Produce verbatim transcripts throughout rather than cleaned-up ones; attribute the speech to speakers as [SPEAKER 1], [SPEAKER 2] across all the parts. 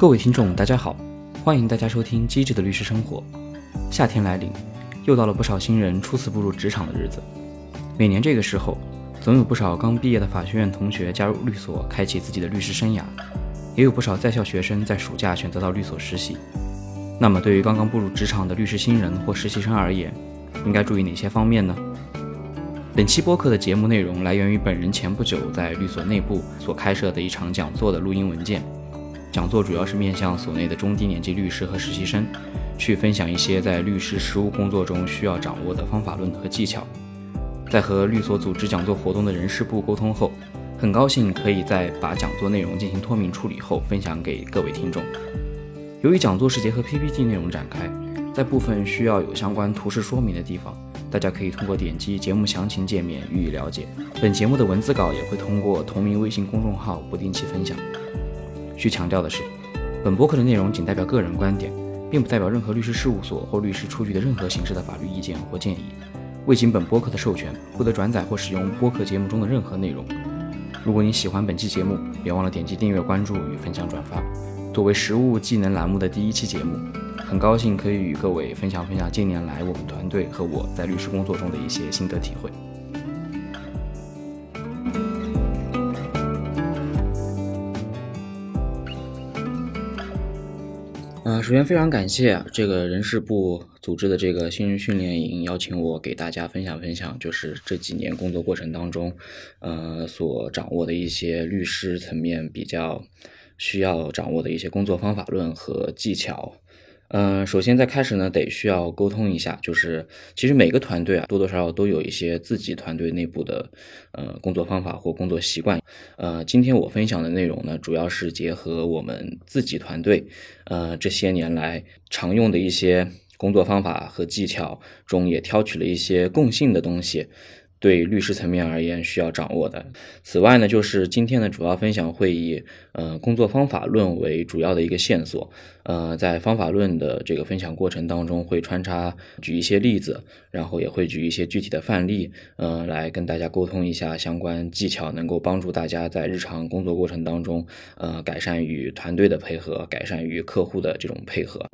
[SPEAKER 1] 各位听众大家好，欢迎大家收听机智的律师生活。夏天来临，又到了不少新人初次步入职场的日子。每年这个时候，总有不少刚毕业的法学院同学加入律所，开启自己的律师生涯，也有不少在校学生在暑假选择到律所实习。那么对于刚刚步入职场的律师新人或实习生而言，应该注意哪些方面呢？本期播客的节目内容来源于本人前不久在律所内部所开设的一场讲座的录音文件。讲座主要是面向所内的中低年级律师和实习生，去分享一些在律师实务工作中需要掌握的方法论和技巧。在和律所组织讲座活动的人事部沟通后，很高兴可以在把讲座内容进行脱敏处理后分享给各位听众。由于讲座是结合 P P T 内容展开，在部分需要有相关图示说明的地方，大家可以通过点击节目详情界面予以了解。本节目的文字稿也会通过同名微信公众号不定期分享。需强调的是，本播客的内容仅代表个人观点，并不代表任何律师事务所或律师出具的任何形式的法律意见或建议。未经本播客的授权，不得转载或使用播客节目中的任何内容。如果你喜欢本期节目，别忘了点击订阅、关注与分享转发。作为实务技能栏目的第一期节目，很高兴可以与各位分享分享近年来我们团队和我在律师工作中的一些心得体会。呃，首先非常感谢这个人事部组织的这个新人训练营，邀请我给大家分享分享，就是这几年工作过程当中，呃，所掌握的一些律师层面比较需要掌握的一些工作方法论和技巧。嗯，首先在开始呢，得需要沟通一下，就是其实每个团队啊，多多少少都有一些自己团队内部的呃工作方法或工作习惯。呃，今天我分享的内容呢，主要是结合我们自己团队呃这些年来常用的一些工作方法和技巧中，也挑取了一些共性的东西，对律师层面而言需要掌握的。此外呢，就是今天的主要分享会以呃工作方法论为主要的一个线索。呃，在方法论的这个分享过程当中，会穿插举一些例子，然后也会举一些具体的范例，呃，来跟大家沟通一下相关技巧，能够帮助大家在日常工作过程当中，呃，改善与团队的配合，改善与客户的这种配合。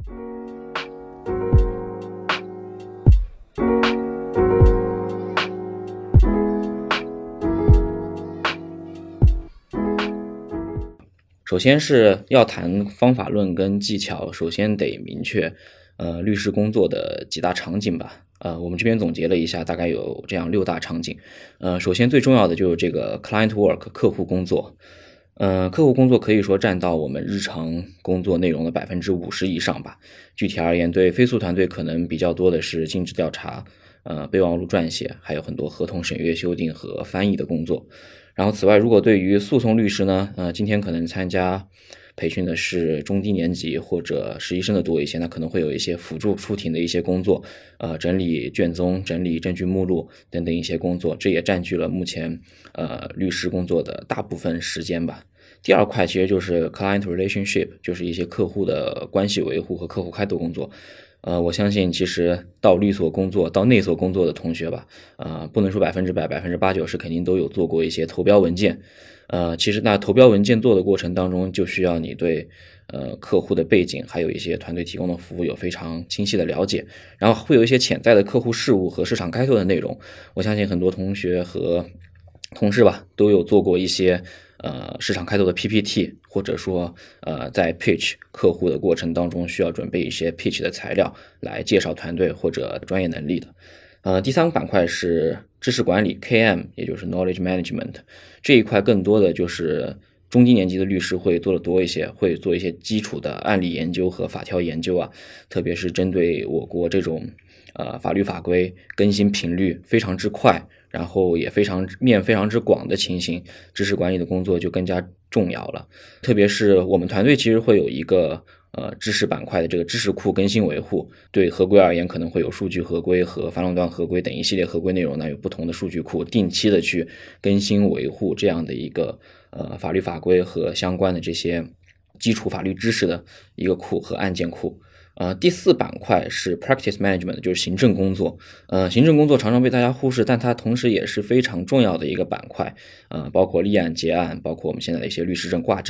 [SPEAKER 1] 首先是要谈方法论跟技巧，首先得明确呃律师工作的几大场景吧。呃我们这边总结了一下，大概有这样六大场景。呃首先最重要的就是这个 client work 客户工作。呃客户工作可以说占到我们日常工作内容的 百分之五十 以上吧。具体而言，对非诉团队可能比较多的是尽职调查、呃备忘录撰写，还有很多合同审阅修订和翻译的工作。然后此外，如果对于诉讼律师呢，呃，今天可能参加培训的是中低年级或者实习生的多一些，那可能会有一些辅助出庭的一些工作，呃，整理卷宗、整理证据目录等等一些工作，这也占据了目前呃律师工作的大部分时间吧。第二块其实就是 client relationship， 就是一些客户的关系维护和客户开拓工作。呃，我相信其实到律所工作、到内所工作的同学吧，呃，不能说百分之百、百分之八九十肯定都有做过一些投标文件。呃，其实那投标文件做的过程当中，就需要你对呃客户的背景，还有一些团队提供的服务有非常清晰的了解，然后会有一些潜在的客户事务和市场开拓的内容。我相信很多同学和同事吧，都有做过一些呃市场开拓的 P P T， 或者说呃在 pitch 客户的过程当中需要准备一些 pitch 的材料来介绍团队或者专业能力的。呃第三个板块是知识管理 K M， 也就是 knowledge management， 这一块更多的就是中低年级的律师会做的多一些，会做一些基础的案例研究和法条研究啊，特别是针对我国这种呃法律法规更新频率非常之快，然后也非常面非常之广的情形，知识管理的工作就更加重要了。特别是我们团队其实会有一个呃知识板块的这个知识库更新维护，对合规而言可能会有数据合规和反垄断合规等一系列合规内容呢，有不同的数据库定期的去更新维护这样的一个呃法律法规和相关的这些基础法律知识的一个库和案件库。呃，第四板块是 practice management， 就是行政工作。呃，行政工作常常被大家忽视，但它同时也是非常重要的一个板块。呃，包括立案结案，包括我们现在的一些律师证挂证，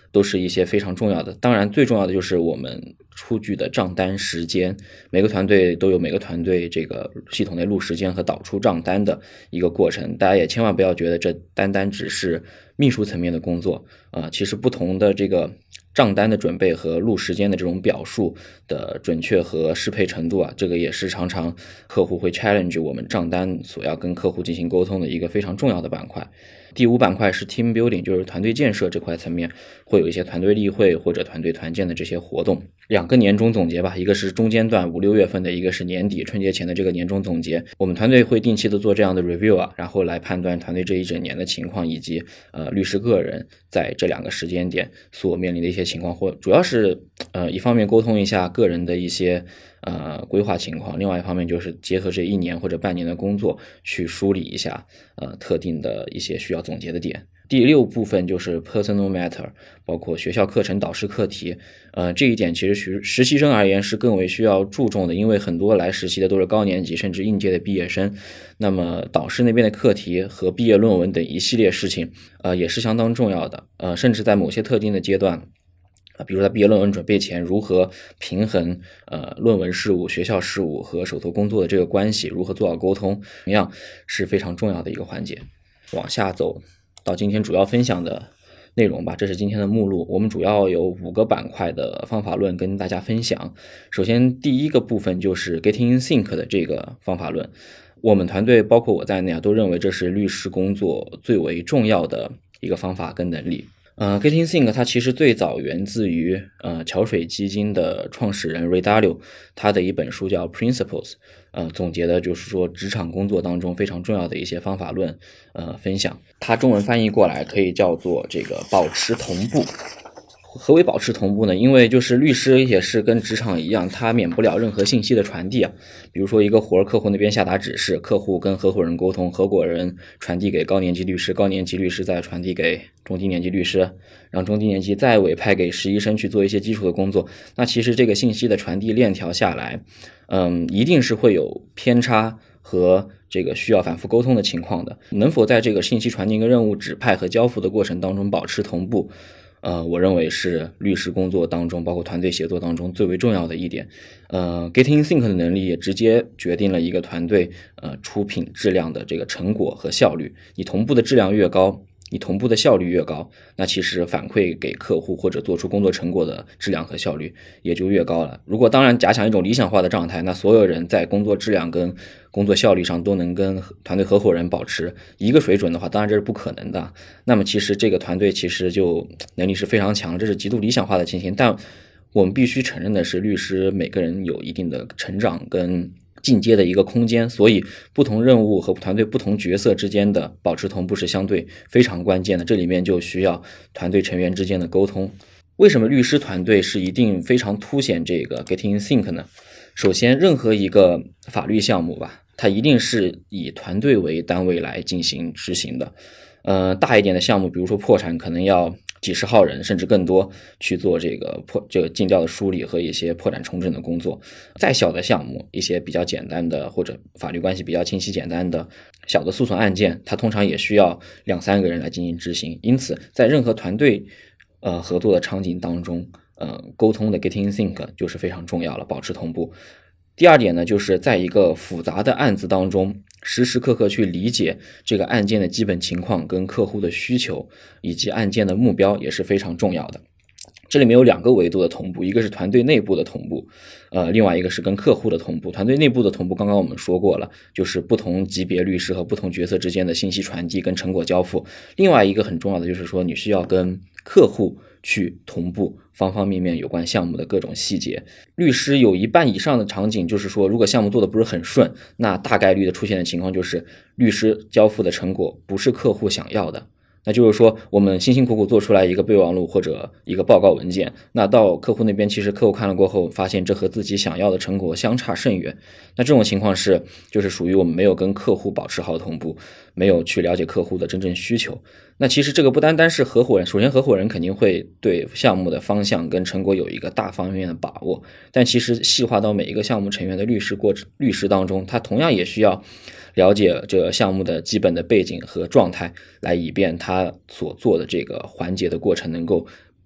[SPEAKER 1] 都是一些非常重要的。当然最重要的就是我们出具的账单时间，每个团队都有每个团队这个系统内录时间和导出账单的一个过程。大家也千万不要觉得这单单只是秘书层面的工作啊、呃，其实不同的这个账单的准备和录时间的这种表述的准确和适配程度啊，这个也是常常客户会 challenge 我们账单所要跟客户进行沟通的一个非常重要的板块。第五板块是 team building， 就是团队建设这块层面，会有一些团队例会或者团队团建的这些活动。两个年终总结吧，一个是中间段五六月份的，一个是年底春节前的这个年终总结。我们团队会定期的做这样的 review 啊，然后来判断团队这一整年的情况，以及呃律师个人在这两个时间点所面临的一些情况，或主要是呃一方面沟通一下个人的一些呃规划情况，另外一方面就是结合这一年或者半年的工作去梳理一下呃特定的一些需要总结的点。第六部分就是 personal matter， 包括学校课程、导师课题，呃，这一点其实实实习生而言是更为需要注重的，因为很多来实习的都是高年级甚至应届的毕业生，那么导师那边的课题和毕业论文等一系列事情，呃，也是相当重要的，呃，甚至在某些特定的阶段。比如在毕业论文准备前，如何平衡呃论文事务、学校事务和手头工作的这个关系，如何做好沟通，同样是非常重要的一个环节。往下走到今天主要分享的内容吧，这是今天的目录。我们主要有五个板块的方法论跟大家分享。首先第一个部分就是 Getting in Sync 的这个方法论。我们团队包括我在内啊，都认为这是律师工作最为重要的一个方法跟能力。呃 Getting Sync 它其实最早源自于呃桥水基金的创始人 Ray Dalio， 他的一本书叫 Principles， 呃总结的就是说职场工作当中非常重要的一些方法论呃分享。它中文翻译过来可以叫做这个保持同步。何为保持同步呢？因为就是律师也是跟职场一样，他免不了任何信息的传递啊。比如说一个活儿，客户那边下达指示，客户跟合伙人沟通，合伙人传递给高年级律师，高年级律师再传递给中低年级律师，让中低年级再委派给实习生去做一些基础的工作。那其实这个信息的传递链条下来，嗯，一定是会有偏差和这个需要反复沟通的情况的。能否在这个信息传递跟任务指派和交付的过程当中保持同步，呃，我认为是律师工作当中，包括团队协作当中最为重要的一点。呃 ，Getting in Sync 的能力也直接决定了一个团队呃出品质量的这个成果和效率。你同步的质量越高，你同步的效率越高，那其实反馈给客户或者做出工作成果的质量和效率也就越高了。如果当然假想一种理想化的状态，那所有人在工作质量跟工作效率上都能跟团队合伙人保持一个水准的话，当然这是不可能的。那么其实这个团队其实就能力是非常强，这是极度理想化的情形。但我们必须承认的是，律师每个人有一定的成长跟进阶的一个空间，所以不同任务和团队不同角色之间的保持同步是相对非常关键的，这里面就需要团队成员之间的沟通。为什么律师团队是一定非常凸显这个 Getting in Sync 呢？首先，任何一个法律项目吧，它一定是以团队为单位来进行执行的。呃，大一点的项目，比如说破产，可能要几十号人甚至更多去做这个破这个尽调的梳理和一些破产重整的工作。再小的项目，一些比较简单的或者法律关系比较清晰简单的小的诉讼案件，它通常也需要两三个人来进行执行。因此，在任何团队呃合作的场景当中，呃沟通的 Getting in Sync 就是非常重要了，保持同步。第二点呢，就是在一个复杂的案子当中，时时刻刻去理解这个案件的基本情况跟客户的需求以及案件的目标也是非常重要的。这里面有两个维度的同步，一个是团队内部的同步，呃，另外一个是跟客户的同步。团队内部的同步刚刚我们说过了，就是不同级别律师和不同角色之间的信息传递跟成果交付。另外一个很重要的就是说，你需要跟客户去同步方方面面有关项目的各种细节。律师有一半以上的场景就是说，如果项目做的不是很顺，那大概率的出现的情况就是律师交付的成果不是客户想要的。那就是说，我们辛辛苦苦做出来一个备忘录或者一个报告文件，那到客户那边，其实客户看了过后，发现这和自己想要的成果相差甚远。那这种情况是，就是属于我们没有跟客户保持好同步，没有去了解客户的真正需求。那其实这个不单单是合伙人，首先合伙人肯定会对项目的方向跟成果有一个大方面的把握，但其实细化到每一个项目成员的律师过律师当中，他同样也需要了解这个项目的基本的背景和状态，来以便他所做的这个环节的过程能够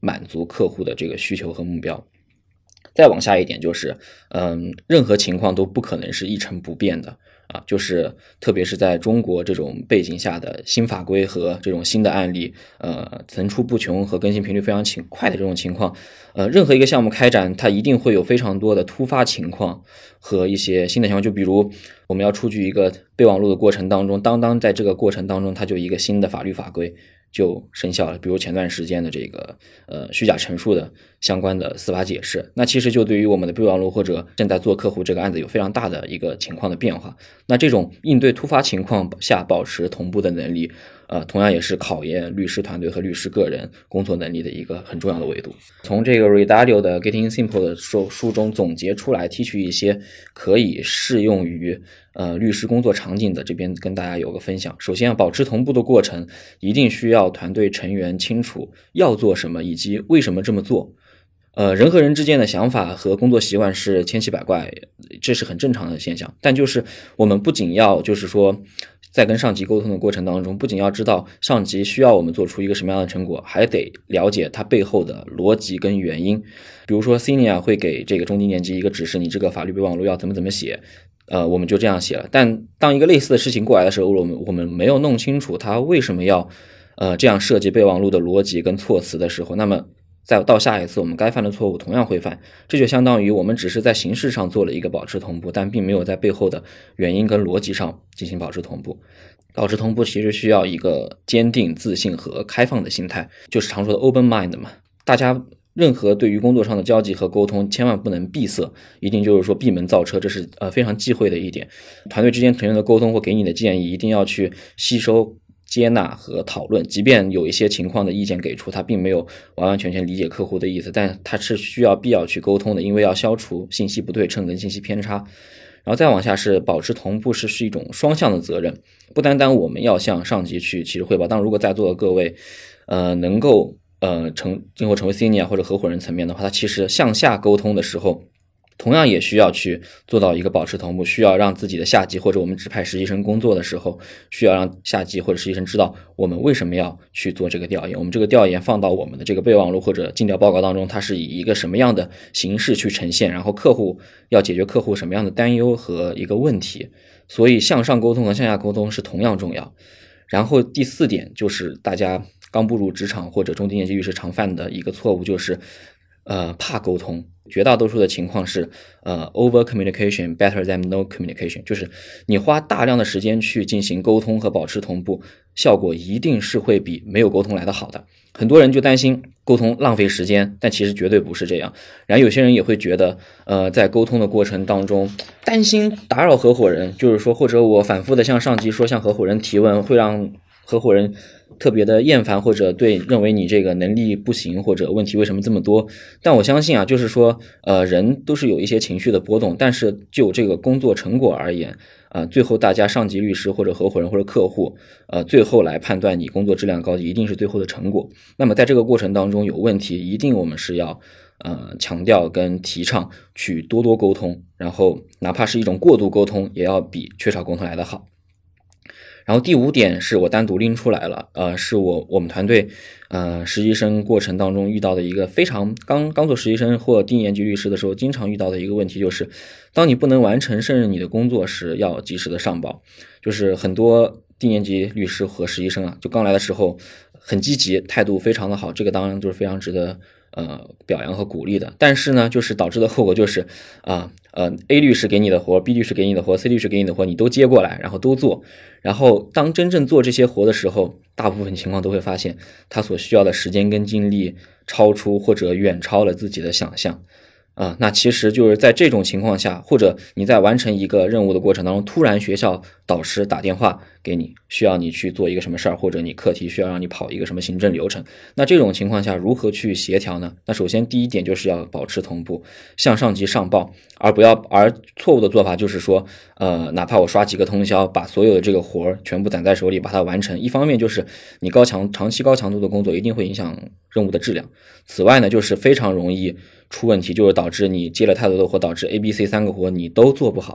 [SPEAKER 1] 满足客户的这个需求和目标。再往下一点就是，嗯，任何情况都不可能是一成不变的啊，就是特别是在中国这种背景下的新法规和这种新的案例，呃，层出不穷和更新频率非常快的这种情况，呃，任何一个项目开展，它一定会有非常多的突发情况和一些新的情况，就比如我们要出具一个备忘录的过程当中，当当在这个过程当中，它就一个新的法律法规就生效了，比如前段时间的这个呃虚假陈述的相关的司法解释，那其实就对于我们的备忘录或者正在做客户这个案子有非常大的一个情况的变化。那这种应对突发情况下保持同步的能力，呃，同样也是考验律师团队和律师个人工作能力的一个很重要的维度。从这个 Redadio 的 Getting Simple 的书书中总结出来，提取一些可以适用于呃律师工作场景的，这边跟大家有个分享。首先，保持同步的过程一定需要团队成员清楚要做什么以及为什么这么做。呃，人和人之间的想法和工作习惯是千奇百怪，这是很正常的现象。但就是我们不仅要就是说在跟上级沟通的过程当中，不仅要知道上级需要我们做出一个什么样的成果，还得了解它背后的逻辑跟原因。比如说 Senior 会给这个中级年级一个指示，你这个法律备忘录要怎么怎么写，呃，我们就这样写了。但当一个类似的事情过来的时候，我们我们没有弄清楚它为什么要呃这样设计备忘录的逻辑跟措辞的时候，那么再到下一次我们该犯的错误同样会犯，这就相当于我们只是在形式上做了一个保持同步，但并没有在背后的原因跟逻辑上进行保持同步。保持同步其实需要一个坚定、自信和开放的心态，就是常说的 open mind 嘛。大家任何对于工作上的交集和沟通千万不能闭塞，一定就是说闭门造车，这是呃非常忌讳的一点。团队之间成员的沟通或给你的建议一定要去吸收、接纳和讨论，即便有一些情况的意见给出，他并没有完完全全理解客户的意思，但他是需要必要去沟通的，因为要消除信息不对称跟信息偏差。然后再往下是保持同步，是是一种双向的责任，不单单我们要向上级去其实汇报，当然如果在座的各位呃能够呃成今后成为 senior 或者合伙人层面的话，他其实向下沟通的时候同样也需要去做到一个保持同步，需要让自己的下级或者我们指派实习生工作的时候，需要让下级或者实习生知道我们为什么要去做这个调研，我们这个调研放到我们的这个备忘录或者尽调报告当中，它是以一个什么样的形式去呈现，然后客户要解决客户什么样的担忧和一个问题，所以向上沟通和向下沟通是同样重要。然后第四点就是大家刚步入职场或者中级年级律师常犯的一个错误，就是呃怕沟通。绝大多数的情况是呃 over communication better than no communication， 就是你花大量的时间去进行沟通和保持同步，效果一定是会比没有沟通来的好的。很多人就担心沟通浪费时间，但其实绝对不是这样。然后有些人也会觉得呃在沟通的过程当中担心打扰合伙人，就是说或者我反复的向上级说向合伙人提问会让合伙人特别的厌烦，或者对认为你这个能力不行，或者问题为什么这么多。但我相信啊，就是说呃人都是有一些情绪的波动，但是就这个工作成果而言啊、呃，最后大家上级律师或者合伙人或者客户呃最后来判断你工作质量高低，一定是最后的成果。那么在这个过程当中有问题，一定我们是要呃强调跟提倡去多多沟通，然后哪怕是一种过度沟通也要比缺少沟通来得好。然后第五点是我单独拎出来了，呃，是我我们团队呃实习生过程当中遇到的一个非常刚刚做实习生或低年级律师的时候经常遇到的一个问题，就是当你不能完成胜任你的工作时，要及时的上报。就是很多低年级律师和实习生啊，就刚来的时候很积极，态度非常的好，这个当然就是非常值得呃表扬和鼓励的。但是呢，就是导致的后果就是啊呃, 呃 A 律师给你的活 B 律师给你的活 C 律师给你的活你都接过来，然后都做，然后当真正做这些活的时候，大部分情况都会发现他所需要的时间跟精力超出或者远超了自己的想象啊、呃，那其实就是在这种情况下，或者你在完成一个任务的过程当中，突然学校导师打电话给你，需要你去做一个什么事儿，或者你课题需要让你跑一个什么行政流程，那这种情况下如何去协调呢？那首先第一点就是要保持同步，向上级上报，而不要而错误的做法就是说呃，哪怕我刷几个通宵把所有的这个活全部攒在手里把它完成，一方面就是你高强长期高强度的工作一定会影响任务的质量，此外呢就是非常容易出问题，就是导致你接了太多的活，导致 A B C 三个活你都做不好。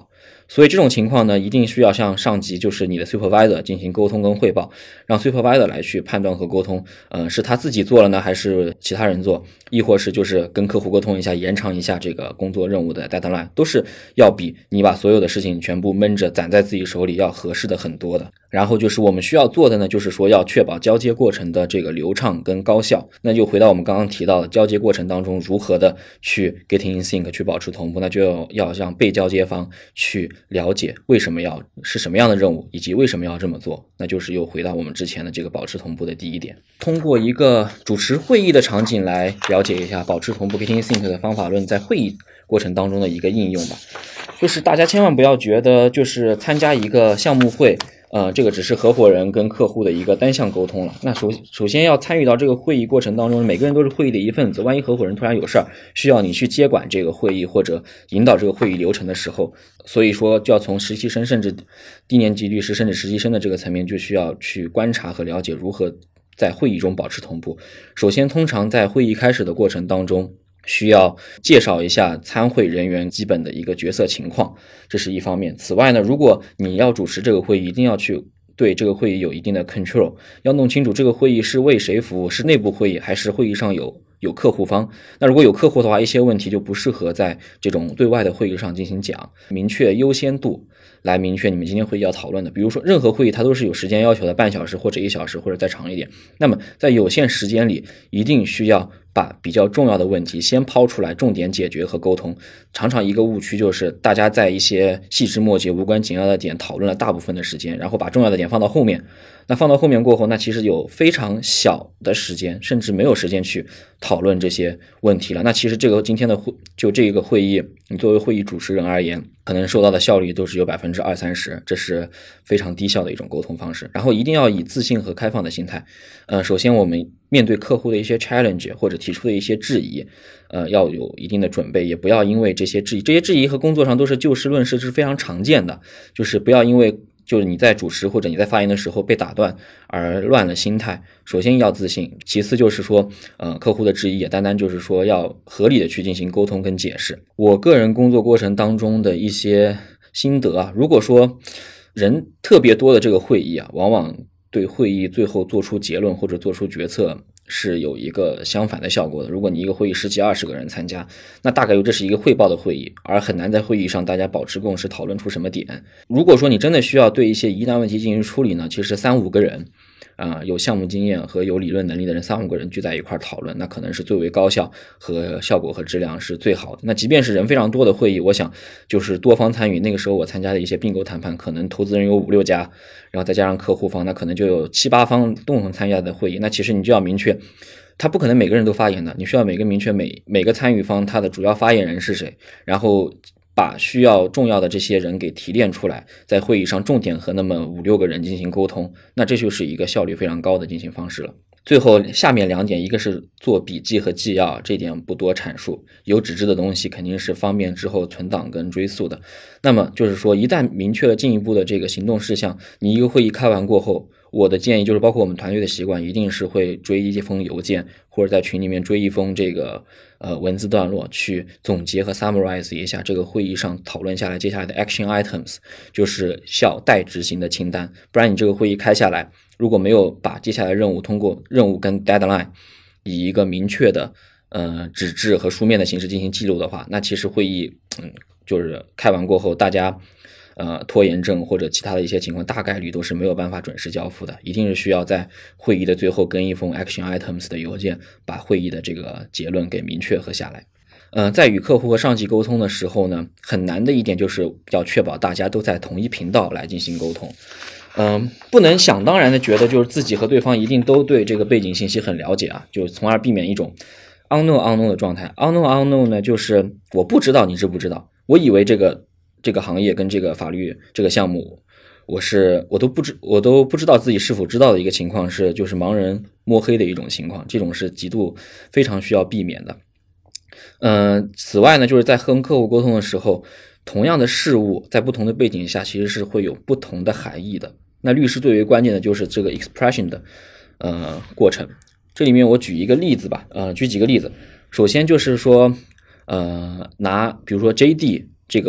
[SPEAKER 1] 所以这种情况呢，一定需要向上级，就是你的 supervisor 进行沟通跟汇报，让 supervisor 来去判断和沟通，呃，是他自己做了呢，还是其他人做，亦或是就是跟客户沟通一下，延长一下这个工作任务的 deadline， 都是要比你把所有的事情全部闷着攒在自己手里要合适的很多的。然后就是我们需要做的呢，就是说要确保交接过程的这个流畅跟高效。那就回到我们刚刚提到的交接过程当中，如何的去 getting in sync 去保持同步，那就要让被交接方去了解为什么要是什么样的任务，以及为什么要这么做。那就是又回到我们之前的这个保持同步的第一点。通过一个主持会议的场景来了解一下保持同步 getting in sync 的方法论在会议过程当中的一个应用吧。就是大家千万不要觉得就是参加一个项目会呃，这个只是合伙人跟客户的一个单向沟通了。那首首先要参与到这个会议过程当中，每个人都是会议的一份子。万一合伙人突然有事儿，需要你去接管这个会议或者引导这个会议流程的时候，所以说就要从实习生甚至低年级律师甚至实习生的这个层面，就需要去观察和了解如何在会议中保持同步。首先，通常在会议开始的过程当中，需要介绍一下参会人员基本的一个角色情况，这是一方面。此外呢，如果你要主持这个会议，一定要去对这个会议有一定的 control， 要弄清楚这个会议是为谁服务，是内部会议还是会议上有有客户方。那如果有客户的话，一些问题就不适合在这种对外的会议上进行讲，明确优先度来明确你们今天会议要讨论的。比如说任何会议它都是有时间要求的，半小时或者一小时或者再长一点，那么在有限时间里一定需要把比较重要的问题先抛出来，重点解决和沟通。常常一个误区就是大家在一些细枝末节无关紧要的点讨论了大部分的时间，然后把重要的点放到后面。那放到后面过后，那其实有非常小的时间，甚至没有时间去讨论这些问题了。那其实这个今天的会就这个会议，你作为会议主持人而言，可能受到的效率都是有 百分之二三十， 这是非常低效的一种沟通方式。然后一定要以自信和开放的心态，呃，首先我们面对客户的一些 challenge 或者提出的一些质疑，呃，要有一定的准备，也不要因为这些质疑，这些质疑和工作上都是就事论事，是非常常见的，就是不要因为就是你在主持或者你在发言的时候被打断而乱了心态。首先要自信，其次就是说呃，客户的质疑也单单就是说要合理的去进行沟通跟解释。我个人工作过程当中的一些心得啊，如果说人特别多的这个会议啊，往往对会议最后做出结论或者做出决策是有一个相反的效果的。如果你一个会议十几二十个人参加，那大概率这是一个汇报的会议，而很难在会议上大家保持共识，讨论出什么点。如果说你真的需要对一些疑难问题进行处理呢，其实三五个人啊、呃，有项目经验和有理论能力的人，三五个人聚在一块讨论，那可能是最为高效和效果和质量是最好的。那即便是人非常多的会议，我想就是多方参与。那个时候我参加的一些并购谈判，可能投资人有五六家，然后再加上客户方，那可能就有七八方共同参加的会议。那其实你就要明确，他不可能每个人都发言的，你需要每个明确每每个参与方他的主要发言人是谁，然后把需要重要的这些人给提炼出来，在会议上重点和那么五六个人进行沟通，那这就是一个效率非常高的进行方式了。最后下面两点，一个是做笔记和纪要，这点不多阐述，有纸质的东西肯定是方便之后存档跟追溯的。那么就是说一旦明确了进一步的这个行动事项，你一个会议开完过后，我的建议就是包括我们团队的习惯，一定是会追一封邮件，或者在群里面追一封这个呃文字段落，去总结和 summarize 一下这个会议上讨论下来接下来的 action items， 就是需待执行的清单。不然你这个会议开下来，如果没有把接下来任务通过任务跟 deadline 以一个明确的呃纸质和书面的形式进行记录的话，那其实会议嗯就是开完过后，大家呃拖延症或者其他的一些情况，大概率都是没有办法准时交付的，一定是需要在会议的最后跟一封 action items 的邮件，把会议的这个结论给明确和下来。呃，在与客户和上级沟通的时候呢，很难的一点就是要确保大家都在同一频道来进行沟通。嗯、呃，不能想当然的觉得就是自己和对方一定都对这个背景信息很了解啊，就从而避免一种 unknown unknown 的状态。unknown unknown 呢，就是我不知道你知不知道，我以为这个这个行业跟这个法律这个项目，我是我都不知我都不知道自己是否知道的一个情况是，就是盲人摸黑的一种情况，这种是极度非常需要避免的。嗯、呃，此外呢，就是在和客户沟通的时候，同样的事物在不同的背景下其实是会有不同的含义的。那律师最为关键的就是这个 expression 的呃过程。这里面我举一个例子吧，呃，举几个例子。首先就是说，呃，拿比如说 J D 这个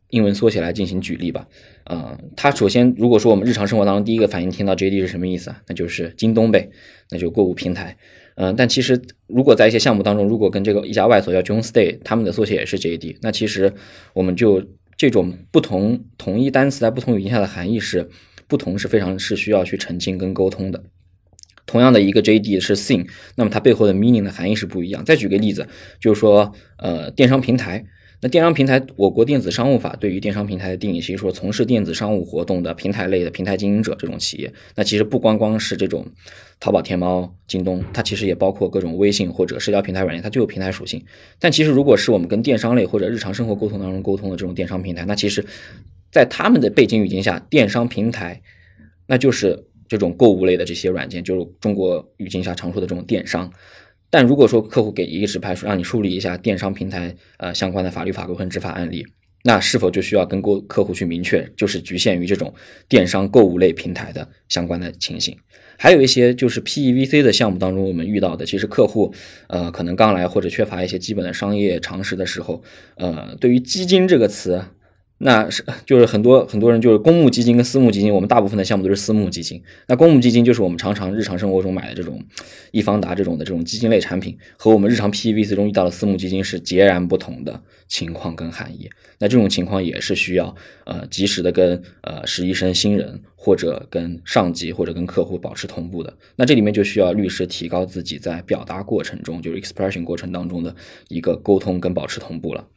[SPEAKER 1] 英文缩写来进行举例吧。呃，它首先如果说我们日常生活当中第一个反应听到 J D 是什么意思啊？那就是京东呗，那就购物平台。嗯、呃，但其实如果在一些项目当中，如果跟这个一家外所叫 JohnStay， 他们的缩写也是 J D， 那其实我们就这种不同同一单词在不同语境下的含义是不同，是非常是需要去澄清跟沟通的。同样的一个 J D 是 thing， 那么它背后的 meaning 的含义是不一样。再举个例子，就是说呃电商平台。那电商平台，我国电子商务法对于电商平台的定义，其实说从事电子商务活动的平台类的平台经营者这种企业，那其实不光光是这种淘宝、天猫、京东，它其实也包括各种微信或者社交平台软件，它就有平台属性。但其实如果是我们跟电商类或者日常生活沟通当中沟通的这种电商平台，那其实在他们的背景语境下，电商平台那就是这种购物类的这些软件，就是中国语境下常说的这种电商。但如果说客户给一个指派，说让你梳理一下电商平台呃相关的法律法规和执法案例，那是否就需要跟客户去明确，就是局限于这种电商购物类平台的相关的情形。还有一些就是 P E V C 的项目当中我们遇到的，其实客户呃可能刚来或者缺乏一些基本的商业常识的时候，呃对于基金这个词，那是就是很多很多人就是公募基金跟私募基金，我们大部分的项目都是私募基金。那公募基金就是我们常常日常生活中买的这种易方达这种的这种基金类产品，和我们日常 P E V C 中遇到的私募基金是截然不同的情况跟含义。那这种情况也是需要呃及时的跟呃实习生新人或者跟上级或者跟客户保持同步的。那这里面就需要律师提高自己在表达过程中，就是 expression 过程当中的一个沟通跟保持同步了。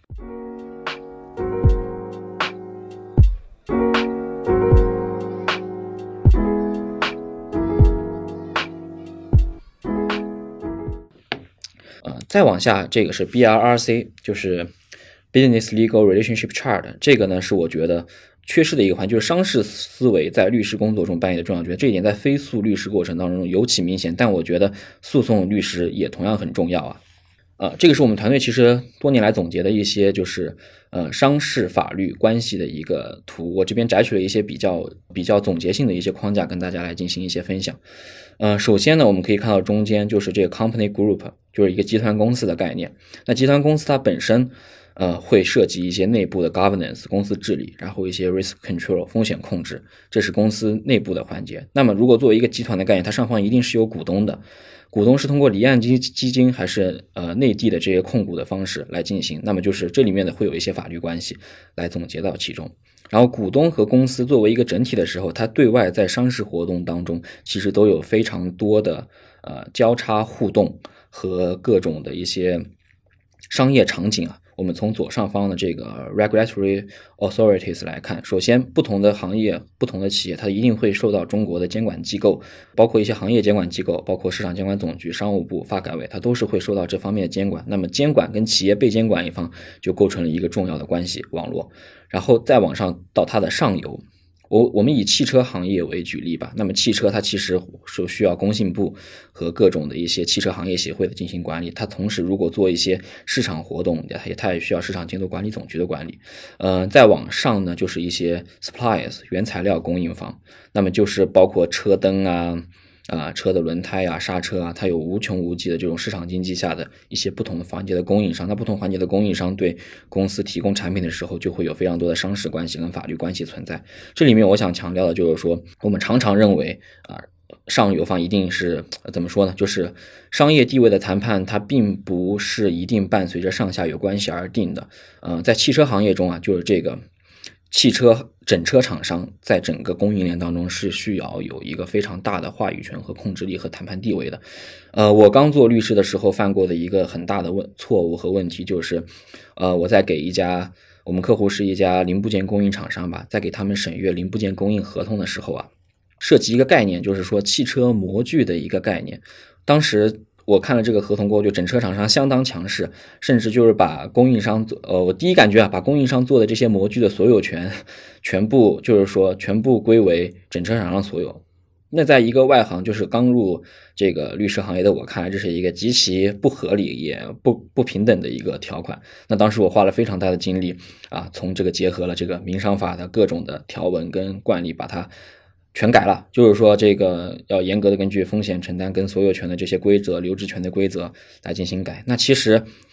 [SPEAKER 1] 呃，再往下，这个是 B R R C， 就是 Business Legal Relationship Chart， 这个呢是我觉得缺失的一个环节，就是商事思维在律师工作中扮演的重要角色。这一点在非诉律师过程当中尤其明显，但我觉得诉讼律师也同样很重要啊。呃，这个是我们团队其实多年来总结的一些就是呃商事法律关系的一个图，我这边摘取了一些比较比较总结性的一些框架跟大家来进行一些分享。呃，首先呢，我们可以看到中间就是这个 company group， 就是一个集团公司的概念。那集团公司它本身呃会涉及一些内部的 governance 公司治理，然后一些 risk control 风险控制，这是公司内部的环节。那么如果作为一个集团的概念，它上方一定是有股东的。股东是通过离岸基基金还是呃内地的这些控股的方式来进行，那么就是这里面的会有一些法律关系来总结到其中。然后股东和公司作为一个整体的时候，它对外在商事活动当中其实都有非常多的呃交叉互动和各种的一些商业场景啊。我们从左上方的这个 regulatory authorities 来看，首先不同的行业不同的企业它一定会受到中国的监管机构，包括一些行业监管机构，包括市场监管总局、商务部、发改委，它都是会受到这方面的监管。那么监管跟企业被监管一方就构成了一个重要的关系网络。然后再往上到它的上游，我我们以汽车行业为举例吧，那么汽车它其实是需要工信部和各种的一些汽车行业协会的进行管理，它同时如果做一些市场活动，也它也需要市场监督管理总局的管理。呃，再往上呢，就是一些 suppliers 原材料供应方，那么就是包括车灯啊。啊、呃，车的轮胎啊、刹车啊，它有无穷无尽的这种市场经济下的一些不同的环节的供应商。那不同环节的供应商对公司提供产品的时候，就会有非常多的商事关系跟法律关系存在。这里面我想强调的就是说，我们常常认为啊、呃，上游方一定是、呃、怎么说呢？就是商业地位的谈判，它并不是一定伴随着上下游关系而定的。呃，在汽车行业中啊，就是这个。汽车整车厂商在整个供应链当中是需要有一个非常大的话语权和控制力和谈判地位的。呃，我刚做律师的时候犯过的一个很大的问错误和问题就是，呃，我在给一家我们客户是一家零部件供应厂商吧，在给他们审阅零部件供应合同的时候啊，涉及一个概念，就是说汽车模具的一个概念。当时我看了这个合同过后，就整车厂商相当强势，甚至就是把供应商呃，我第一感觉啊，把供应商做的这些模具的所有权全部就是说全部归为整车厂商所有。那在一个外行，就是刚入这个律师行业的我看来，这是一个极其不合理也不不平等的一个条款。那当时我花了非常大的精力啊，从这个结合了这个民商法的各种的条文跟惯例，把它全改了，就是说这个要严格的根据风险承担跟所有权的这些规则、留置权的规则来进行改。那其实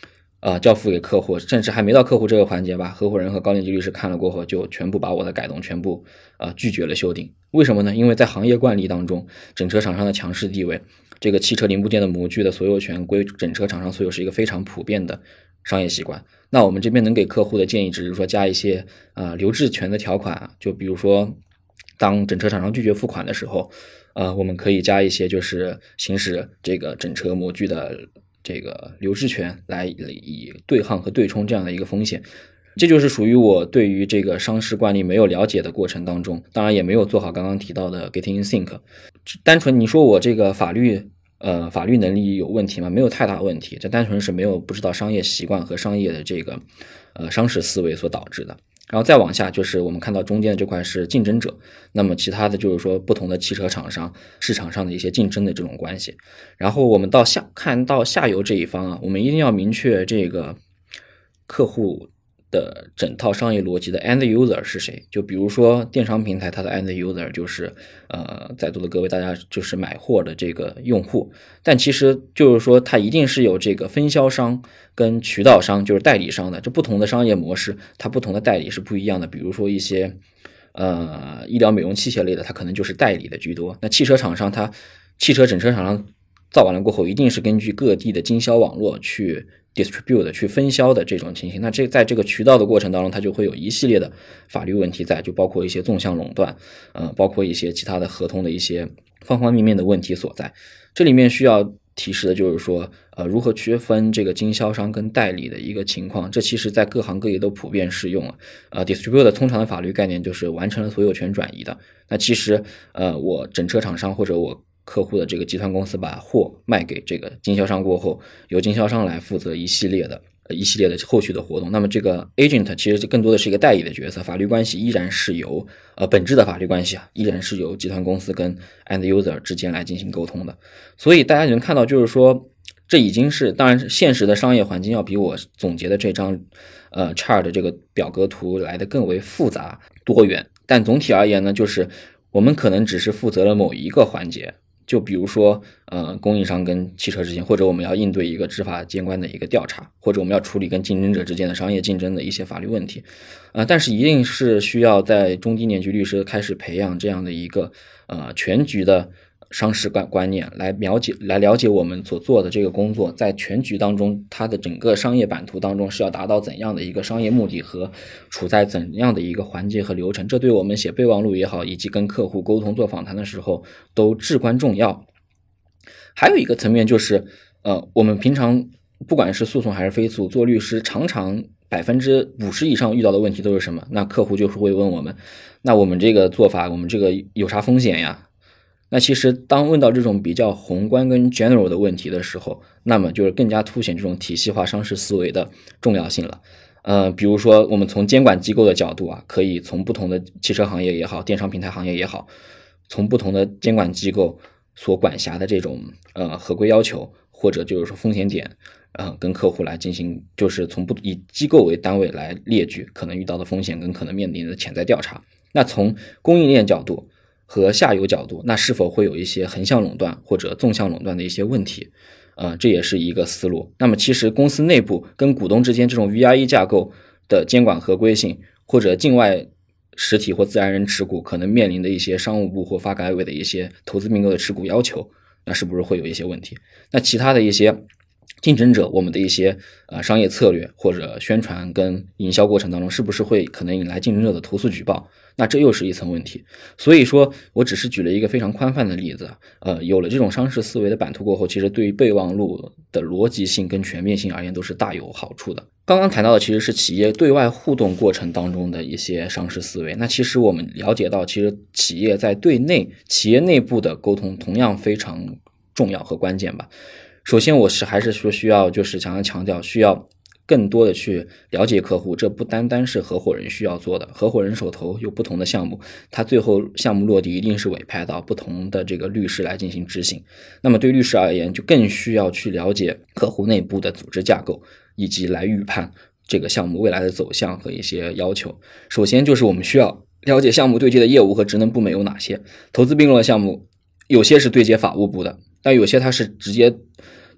[SPEAKER 1] 呃交付给客户，甚至还没到客户这个环节吧，合伙人和高年级律师看了过后就全部把我的改动全部呃拒绝了修订。为什么呢？因为在行业惯例当中，整车厂商的强势地位，这个汽车零部件的模具的所有权归整车厂商所有是一个非常普遍的商业习惯。那我们这边能给客户的建议只是说加一些呃留置权的条款，就比如说当整车厂商拒绝付款的时候，呃，我们可以加一些就是行使这个整车模具的这个留置权来以对抗和对冲这样的一个风险。这就是属于我对于这个商事惯例没有了解的过程当中，当然也没有做好刚刚提到的 getting in sync。单纯你说我这个法律呃法律能力有问题吗？没有太大问题，这单纯是没有不知道商业习惯和商业的这个呃商事思维所导致的。然后再往下就是我们看到中间的这块是竞争者，那么其他的就是说不同的汽车厂商市场上的一些竞争的这种关系。然后我们到下看到下游这一方啊，我们一定要明确这个客户的整套商业逻辑的 end user 是谁。就比如说电商平台，它的 end user 就是呃在座的各位大家就是买货的这个用户，但其实就是说它一定是有这个分销商跟渠道商，就是代理商的，这不同的商业模式，它不同的代理是不一样的。比如说一些呃医疗美容器械类的，它可能就是代理的居多。那汽车厂商，它汽车整车厂商造完了过后，一定是根据各地的经销网络去 distribute 去分销的这种情形。那这在这个渠道的过程当中，它就会有一系列的法律问题在，就包括一些纵向垄断，呃，包括一些其他的合同的一些方方面面的问题所在。这里面需要提示的就是说，呃，如何区分这个经销商跟代理的一个情况，这其实在各行各业都普遍适用啊。呃 ，distribute 通常的法律概念就是完成了所有权转移的。那其实，呃，我整车厂商或者我客户的这个集团公司把货卖给这个经销商过后，由经销商来负责一系列的一系列的后续的活动。那么这个 agent 其实更多的是一个代理的角色，法律关系依然是由呃本质的法律关系啊，依然是由集团公司跟 end user 之间来进行沟通的。所以大家能看到，就是说这已经是，当然现实的商业环境要比我总结的这张呃 chart 这个表格图来的更为复杂多元。但总体而言呢，就是我们可能只是负责了某一个环节。就比如说呃，供应商跟汽车之间，或者我们要应对一个执法监管的一个调查，或者我们要处理跟竞争者之间的商业竞争的一些法律问题，呃，但是一定是需要在中低年级律师开始培养这样的一个呃全局的商事观观念，来了解来了解我们所做的这个工作在全局当中，它的整个商业版图当中是要达到怎样的一个商业目的和处在怎样的一个环节和流程，这对我们写备忘录也好，以及跟客户沟通做访谈的时候都至关重要。还有一个层面就是，呃，我们平常不管是诉讼还是非诉，做律师常常百分之五十以上遇到的问题都是什么？那客户就是会问我们，那我们这个做法，我们这个有啥风险呀？那其实当问到这种比较宏观跟 general 的问题的时候，那么就是更加凸显这种体系化商事思维的重要性了。呃，比如说我们从监管机构的角度啊，可以从不同的汽车行业也好，电商平台行业也好，从不同的监管机构所管辖的这种呃合规要求，或者就是说风险点，呃，跟客户来进行，就是从不以机构为单位来列举可能遇到的风险跟可能面临的潜在调查。那从供应链角度和下游角度，那是否会有一些横向垄断或者纵向垄断的一些问题？呃，这也是一个思路。那么其实公司内部跟股东之间这种 V R E 架构的监管合规性，或者境外实体或自然人持股可能面临的一些商务部或发改委的一些投资并购的持股要求，那是不是会有一些问题？那其他的一些竞争者，我们的一些呃商业策略或者宣传跟营销过程当中，是不是会可能引来竞争者的投诉举报？那这又是一层问题。所以说我只是举了一个非常宽泛的例子，呃，有了这种商事思维的版图过后，其实对于备忘录的逻辑性跟全面性而言都是大有好处的。刚刚谈到的其实是企业对外互动过程当中的一些商事思维，那其实我们了解到，其实企业在对内企业内部的沟通同样非常重要和关键吧。首先我是还是说需要就是强强强调需要更多的去了解客户，这不单单是合伙人需要做的，合伙人手头有不同的项目，他最后项目落地一定是委派到不同的这个律师来进行执行。那么对律师而言，就更需要去了解客户内部的组织架构，以及来预判这个项目未来的走向和一些要求。首先就是我们需要了解项目对接的业务和职能部门有哪些。投资并购的项目有些是对接法务部的，但有些它是直接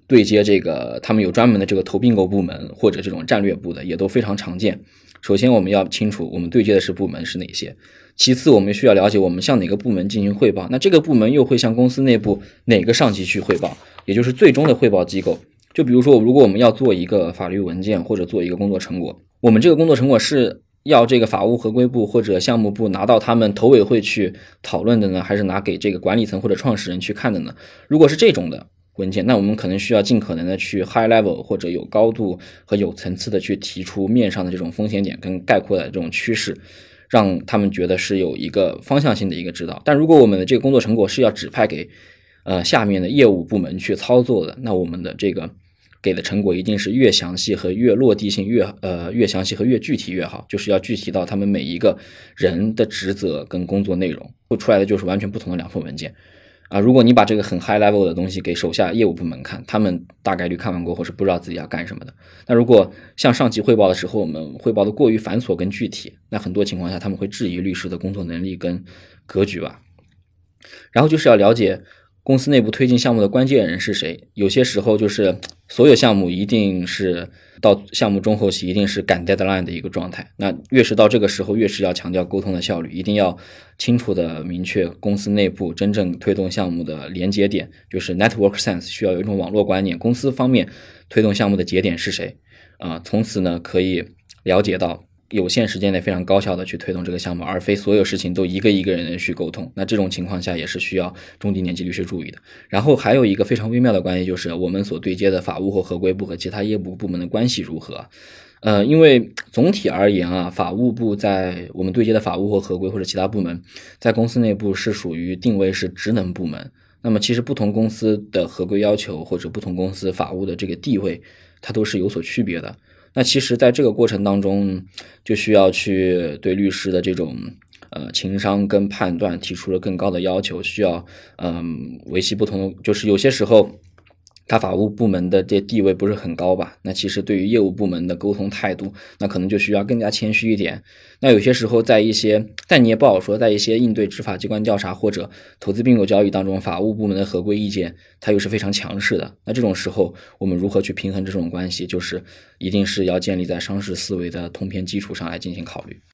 [SPEAKER 1] 对接这个他们有专门的这个投并购部门或者这种战略部的，也都非常常见。首先我们要清楚我们对接的是部门是哪些，其次我们需要了解我们向哪个部门进行汇报，那这个部门又会向公司内部哪个上级去汇报，也就是最终的汇报机构。就比如说如果我们要做一个法律文件或者做一个工作成果，我们这个工作成果是要这个法务合规部或者项目部拿到他们投委会去讨论的呢，还是拿给这个管理层或者创始人去看的呢？如果是这种的文件，那我们可能需要尽可能的去 high level 或者有高度和有层次的去提出面上的这种风险点跟概括的这种趋势，让他们觉得是有一个方向性的一个指导。但如果我们的这个工作成果是要指派给呃下面的业务部门去操作的，那我们的这个给的成果一定是越详细和越落地性越呃越详细和越具体越好，就是要具体到他们每一个人的职责跟工作内容，出来的就是完全不同的两份文件啊。如果你把这个很 high level 的东西给手下业务部门看，他们大概率看完过后是不知道自己要干什么的。那如果向上级汇报的时候我们汇报的过于繁琐跟具体，那很多情况下他们会质疑律师的工作能力跟格局吧。然后就是要了解公司内部推进项目的关键人是谁，有些时候就是所有项目一定是到项目中后期一定是赶 deadline 的一个状态，那越是到这个时候越是要强调沟通的效率，一定要清楚的明确公司内部真正推动项目的连接点，就是 network sense， 需要有一种网络观念，公司方面推动项目的节点是谁啊？从此呢可以了解到有限时间内非常高效的去推动这个项目，而非所有事情都一个一个人的去沟通。那这种情况下也是需要中低年级律师注意的。然后还有一个非常微妙的关系，就是我们所对接的法务或合规部和其他业务部门的关系如何。呃，因为总体而言啊，法务部在我们对接的法务或合规或者其他部门，在公司内部是属于定位是职能部门。那么其实不同公司的合规要求或者不同公司法务的这个地位，它都是有所区别的。那其实在这个过程当中就需要去对律师的这种呃情商跟判断提出了更高的要求，需要嗯维系不同，就是有些时候他法务部门的这地位不是很高吧，那其实对于业务部门的沟通态度，那可能就需要更加谦虚一点。那有些时候在一些但你也不好说，在一些应对执法机关调查或者投资并购交易当中，法务部门的合规意见它又是非常强势的，那这种时候我们如何去平衡这种关系，就是一定是要建立在商事思维的通篇基础上来进行考虑。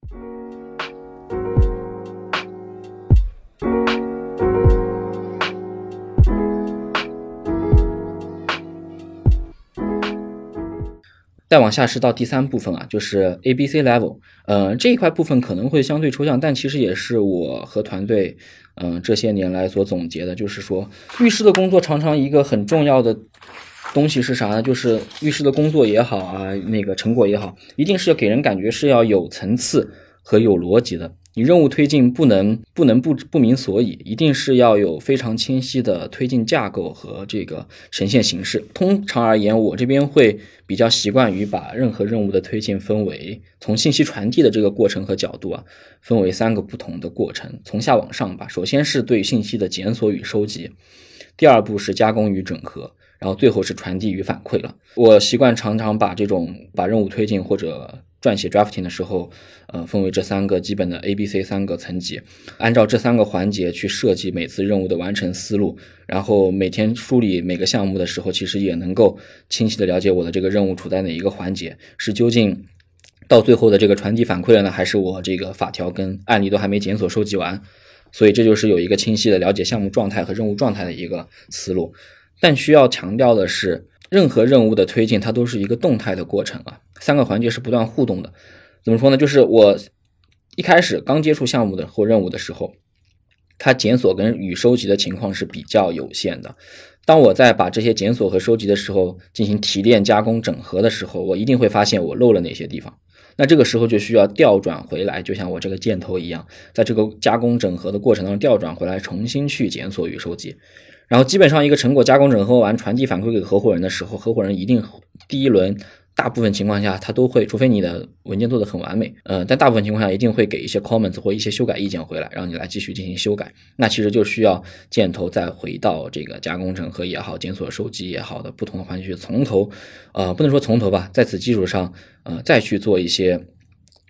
[SPEAKER 1] 再往下是到第三部分啊，就是 A B C level。呃，这一块部分可能会相对抽象，但其实也是我和团队嗯、呃、这些年来所总结的，就是说律师的工作常常一个很重要的东西是啥呢？就是律师的工作也好啊，那个成果也好，一定是要给人感觉是要有层次和有逻辑的。你任务推进不能不能不不明所以，一定是要有非常清晰的推进架构和这个呈现形式。通常而言，我这边会比较习惯于把任何任务的推进分为从信息传递的这个过程和角度啊，分为三个不同的过程，从下往上吧。首先是对信息的检索与收集，第二步是加工与整合，然后最后是传递与反馈了。我习惯常常把这种把任务推进或者撰写 drafting 的时候呃，分为这三个基本的 A B C 三个层级，按照这三个环节去设计每次任务的完成思路，然后每天梳理每个项目的时候，其实也能够清晰的了解我的这个任务处在哪一个环节，是究竟到最后的这个传递反馈了呢，还是我这个法条跟案例都还没检索收集完。所以这就是有一个清晰的了解项目状态和任务状态的一个思路。但需要强调的是，任何任务的推进它都是一个动态的过程啊，三个环节是不断互动的。怎么说呢，就是我一开始刚接触项目的或任务的时候，它检索跟与收集的情况是比较有限的。当我在把这些检索和收集的时候进行提炼、加工、整合的时候，我一定会发现我漏了哪些地方。那这个时候就需要调转回来，就像我这个箭头一样，在这个加工整合的过程当中调转回来，重新去检索与收集。然后基本上一个成果加工整合完，传递反馈给合伙人的时候，合伙人一定第一轮大部分情况下他都会，除非你的文件做得很完美，呃，但大部分情况下一定会给一些 comments 或一些修改意见回来，让你来继续进行修改。那其实就需要箭头再回到这个加工整合也好，检索收集也好的不同的环节，从头呃不能说从头吧，在此基础上呃再去做一些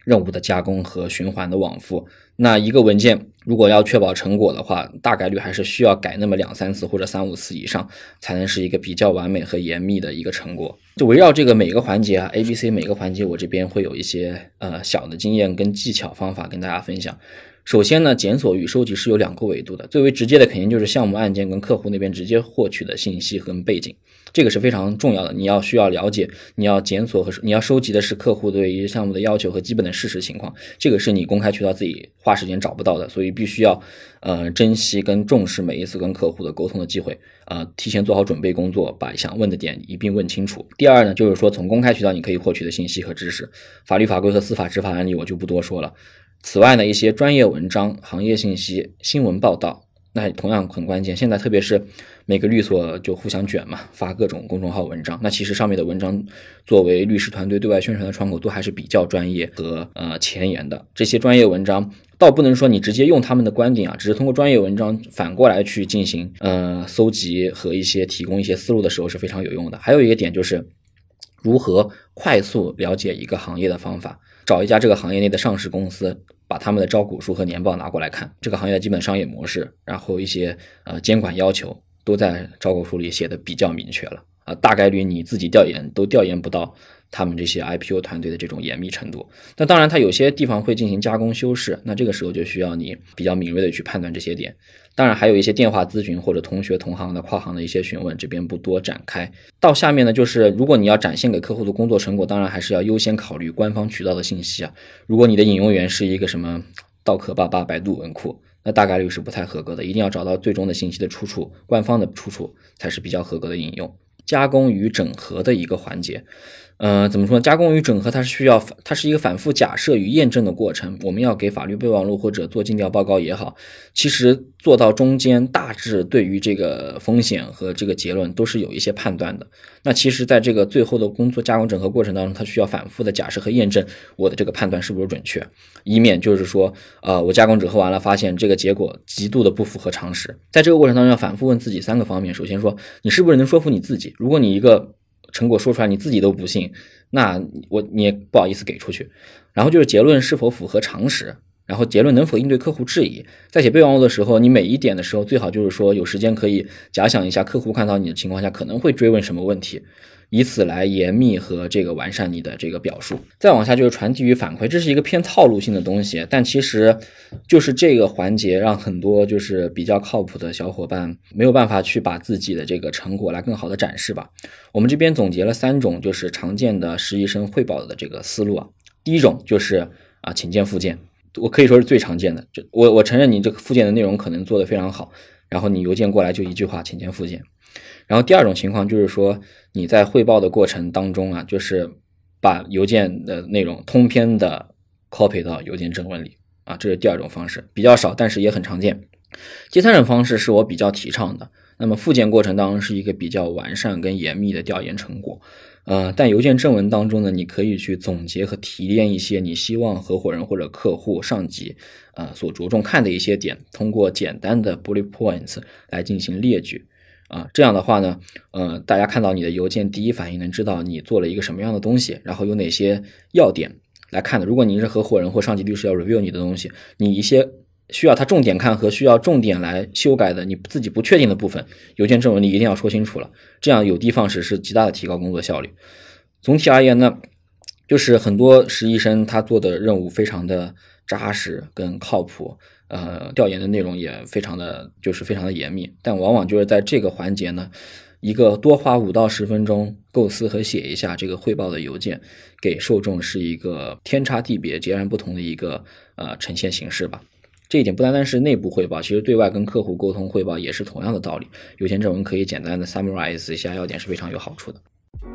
[SPEAKER 1] 任务的加工和循环的往复。那一个文件如果要确保成果的话，大概率还是需要改那么两三次或者三五次以上，才能是一个比较完美和严密的一个成果。就围绕这个每个环节啊 A B C 每个环节，我这边会有一些呃小的经验跟技巧方法跟大家分享。首先呢，检索与收集是有两个维度的，最为直接的肯定就是项目案件跟客户那边直接获取的信息和背景，这个是非常重要的。你要需要了解，你要检索和你要收集的是客户对于项目的要求和基本的事实情况，这个是你公开渠道自己花时间找不到的，所以必须要呃珍惜跟重视每一次跟客户的沟通的机会，呃提前做好准备工作，把想问的点一并问清楚。第二呢，就是说从公开渠道你可以获取的信息和知识，法律法规和司法执法案例我就不多说了。此外呢，一些专业文章、行业信息、新闻报道，那同样很关键。现在特别是每个律所就互相卷嘛，发各种公众号文章，那其实上面的文章作为律师团队对外宣传的窗口都还是比较专业和呃前沿的。这些专业文章倒不能说你直接用他们的观点啊，只是通过专业文章反过来去进行呃搜集和一些提供一些思路的时候是非常有用的。还有一个点就是如何快速了解一个行业的方法，找一家这个行业内的上市公司，把他们的招股书和年报拿过来看，这个行业的基本商业模式，然后一些呃监管要求都在招股书里写的比较明确了啊、呃，大概率你自己调研都调研不到他们这些 I P O 团队的这种严密程度。那当然它有些地方会进行加工修饰，那这个时候就需要你比较敏锐的去判断这些点。当然还有一些电话咨询或者同学同行的跨行的一些询问，这边不多展开。到下面呢，就是如果你要展现给客户的工作成果，当然还是要优先考虑官方渠道的信息啊。如果你的引用源是一个什么道可爸爸百度文库，那大概率是不太合格的，一定要找到最终的信息的出处，官方的出处才是比较合格的引用。加工与整合的一个环节，呃，怎么说呢？加工与整合它是需要，它是一个反复假设与验证的过程。我们要给法律备忘录或者做尽调报告也好，其实做到中间大致对于这个风险和这个结论都是有一些判断的。那其实在这个最后的工作加工整合过程当中，它需要反复的假设和验证我的这个判断是不是准确，以免就是说呃，我加工整合完了发现这个结果极度的不符合常识。在这个过程当中要反复问自己三个方面，首先说你是不是能说服你自己，如果你一个成果说出来你自己都不信，那我你也不好意思给出去。然后就是结论是否符合常识，然后结论能否应对客户质疑。在写备忘录的时候，你每一点的时候最好就是说有时间可以假想一下客户看到你的情况下可能会追问什么问题，以此来严密和这个完善你的这个表述。再往下就是传递与反馈，这是一个偏套路性的东西，但其实就是这个环节让很多就是比较靠谱的小伙伴没有办法去把自己的这个成果来更好的展示吧。我们这边总结了三种就是常见的实习生汇报的这个思路啊。第一种就是啊，请见附件，我可以说是最常见的。就我我承认你这个附件的内容可能做得非常好，然后你邮件过来就一句话，请见附件。然后第二种情况就是说你在汇报的过程当中啊，就是把邮件的内容通篇的 copy 到邮件正文里啊，这是第二种方式，比较少但是也很常见。第三种方式是我比较提倡的，那么附件过程当中是一个比较完善跟严密的调研成果，呃，但邮件正文当中呢，你可以去总结和提炼一些你希望合伙人或者客户上级呃所着重看的一些点，通过简单的 bullet points 来进行列举啊，这样的话呢，呃，大家看到你的邮件第一反应能知道你做了一个什么样的东西，然后有哪些要点来看的。如果你是合伙人或上级律师要 review 你的东西，你一些需要他重点看和需要重点来修改的你自己不确定的部分，邮件正文你一定要说清楚了，这样有的放矢是极大的提高工作效率。总体而言呢，就是很多实习生他做的任务非常的扎实跟靠谱，呃，调研的内容也非常的就是非常的严密，但往往就是在这个环节呢，一个多花五到十分钟构思和写一下这个汇报的邮件，给受众是一个天差地别截然不同的一个呃呈现形式吧。这一点不单单是内部汇报，其实对外跟客户沟通汇报也是同样的道理。邮件正文可以简单的 summarize 一下要点是非常有好处的。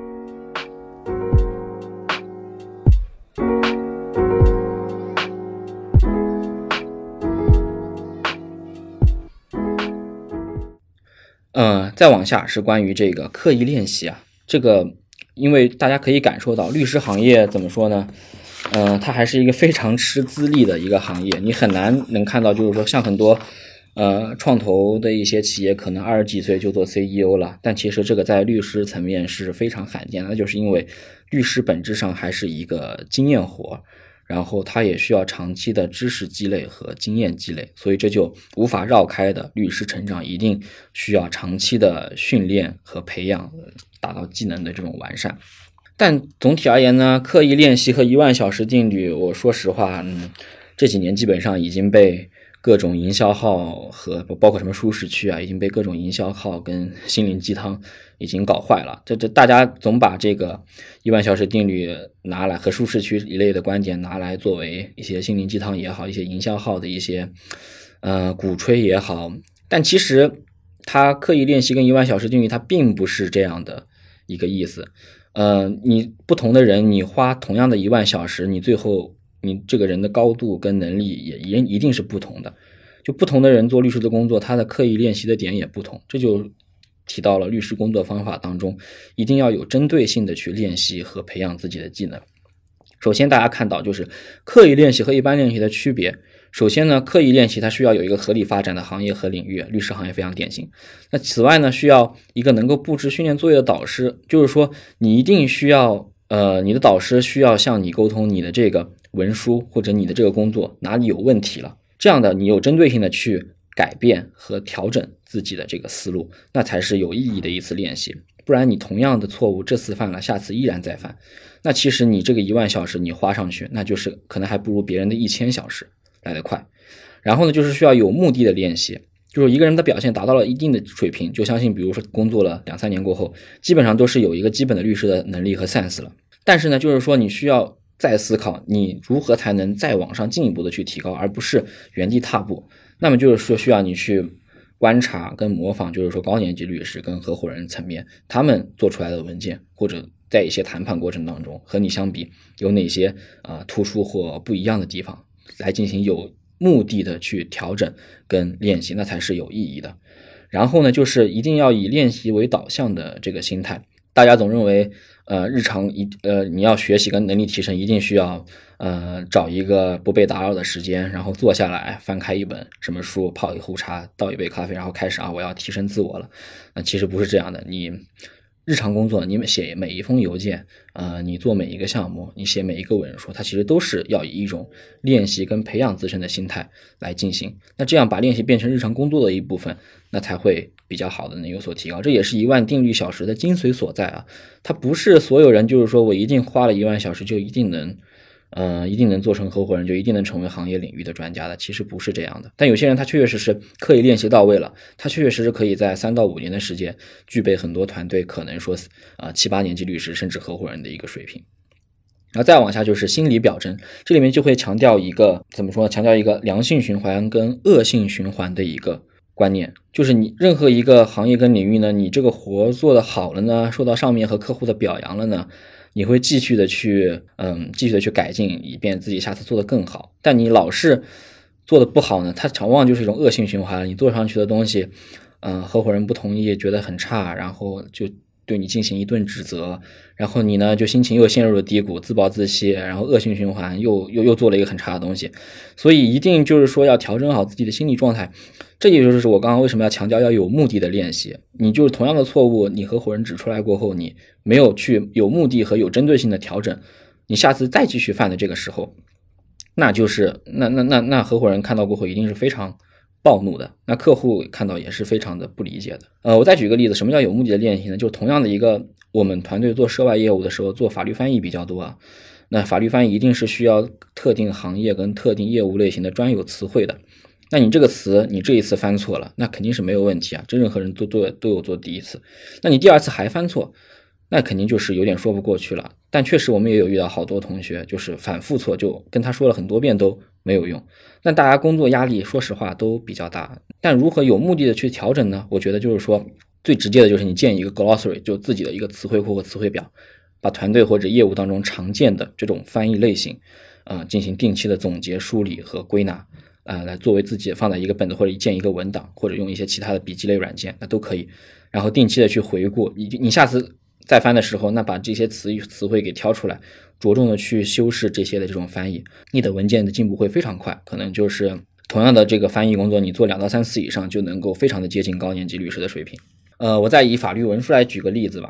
[SPEAKER 1] 呃，再往下是关于这个刻意练习啊，这个因为大家可以感受到律师行业怎么说呢？呃，它还是一个非常吃资历的一个行业，你很难能看到，就是说像很多呃创投的一些企业，可能二十几岁就做 C E O 了，但其实这个在律师层面是非常罕见的，那就是因为律师本质上还是一个经验活， 然后它也需要长期的知识积累和经验积累，所以这就无法绕开的律师成长一定需要长期的训练和培养，达到技能的这种完善。但总体而言呢，刻意练习和一万小时定律，我说实话，嗯，这几年基本上已经被各种营销号和包括什么舒适区啊，已经被各种营销号跟心灵鸡汤已经搞坏了。这这大家总把这个一万小时定律拿来和舒适区一类的观点拿来作为一些心灵鸡汤也好，一些营销号的一些呃鼓吹也好，但其实它刻意练习跟一万小时定律它并不是这样的一个意思。呃，你不同的人，你花同样的一万小时，你最后你这个人的高度跟能力也也一定是不同的。就不同的人做律师的工作，他的刻意练习的点也不同。这就提到了律师工作方法当中，一定要有针对性的去练习和培养自己的技能。首先大家看到就是刻意练习和一般练习的区别。首先呢，刻意练习它需要有一个合理发展的行业和领域，律师行业非常典型。那此外呢，需要一个能够布置训练作业的导师，就是说你一定需要呃，你的导师需要向你沟通你的这个文书或者你的这个工作哪里有问题了，这样的你有针对性的去改变和调整自己的这个思路，那才是有意义的一次练习。不然你同样的错误这次犯了，下次依然再犯，那其实你这个一万小时你花上去，那就是可能还不如别人的一千小时来得快。然后呢，就是需要有目的的练习，就是一个人的表现达到了一定的水平，就相信比如说工作了两三年过后，基本上都是有一个基本的律师的能力和 sense 了。但是呢，就是说你需要再思考你如何才能再往上进一步的去提高，而不是原地踏步。那么就是说需要你去观察跟模仿，就是说高年级律师跟合伙人层面他们做出来的文件，或者在一些谈判过程当中和你相比有哪些呃突出或不一样的地方，来进行有目的的去调整跟练习，那才是有意义的。然后呢，就是一定要以练习为导向的这个心态。大家总认为呃日常一呃你要学习跟能力提升，一定需要呃找一个不被打扰的时间，然后坐下来翻开一本什么书，泡一壶茶，倒一杯咖啡，然后开始啊我要提升自我了。那、呃、其实不是这样的。你日常工作，你写每一封邮件，呃，你做每一个项目，你写每一个文书，它其实都是要以一种练习跟培养自身的心态来进行。那这样把练习变成日常工作的一部分，那才会比较好的能有所提高。这也是一万定律小时的精髓所在啊！它不是所有人就是说我一定花了一万小时就一定能。呃，一定能做成合伙人，就一定能成为行业领域的专家的，其实不是这样的。但有些人他确确实实刻意练习到位了，他确确实实可以在三到五年的时间具备很多团队可能说啊、呃、七八年级律师甚至合伙人的一个水平。然后再往下就是心理表征，这里面就会强调一个怎么说呢？强调一个良性循环跟恶性循环的一个观念，就是你任何一个行业跟领域呢，你这个活做得好了呢，受到上面和客户的表扬了呢，你会继续的去嗯继续的去改进，以便自己下次做得更好。但你老是做得不好呢，它常往往就是一种恶性循环。你做上去的东西嗯合伙人不同意，觉得很差，然后就对你进行一顿指责，然后你呢就心情又陷入了低谷，自暴自弃，然后恶性循环，又又又做了一个很差的东西。所以一定就是说要调整好自己的心理状态。这也就是我刚刚为什么要强调要有目的的练习。你就是同样的错误，你合伙人指出来过后，你没有去有目的和有针对性的调整，你下次再继续犯的这个时候，那就是那那那那合伙人看到过后一定是非常暴怒的，那客户看到也是非常的不理解的。呃，我再举个例子，什么叫有目的的练习呢？就同样的一个，我们团队做涉外业务的时候，做法律翻译比较多啊。那法律翻译一定是需要特定行业跟特定业务类型的专有词汇的。那你这个词你这一次翻错了，那肯定是没有问题啊，这任何人都都都有做第一次。那你第二次还翻错，那肯定就是有点说不过去了。但确实我们也有遇到好多同学就是反复错，就跟他说了很多遍都没有用。但大家工作压力说实话都比较大，但如何有目的的去调整呢？我觉得就是说最直接的就是你建一个 glossary， 就自己的一个词汇库或词汇表，把团队或者业务当中常见的这种翻译类型呃，进行定期的总结梳理和归纳，呃，来作为自己放在一个本子或者建一个文档，或者用一些其他的笔记类软件，那都可以。然后定期的去回顾，你你下次再翻的时候，那把这些词词汇给挑出来，着重的去修饰这些的这种翻译，你的文件的进步会非常快。可能就是同样的这个翻译工作，你做两到三次以上，就能够非常的接近高年级律师的水平。呃，我再以法律文书来举个例子吧。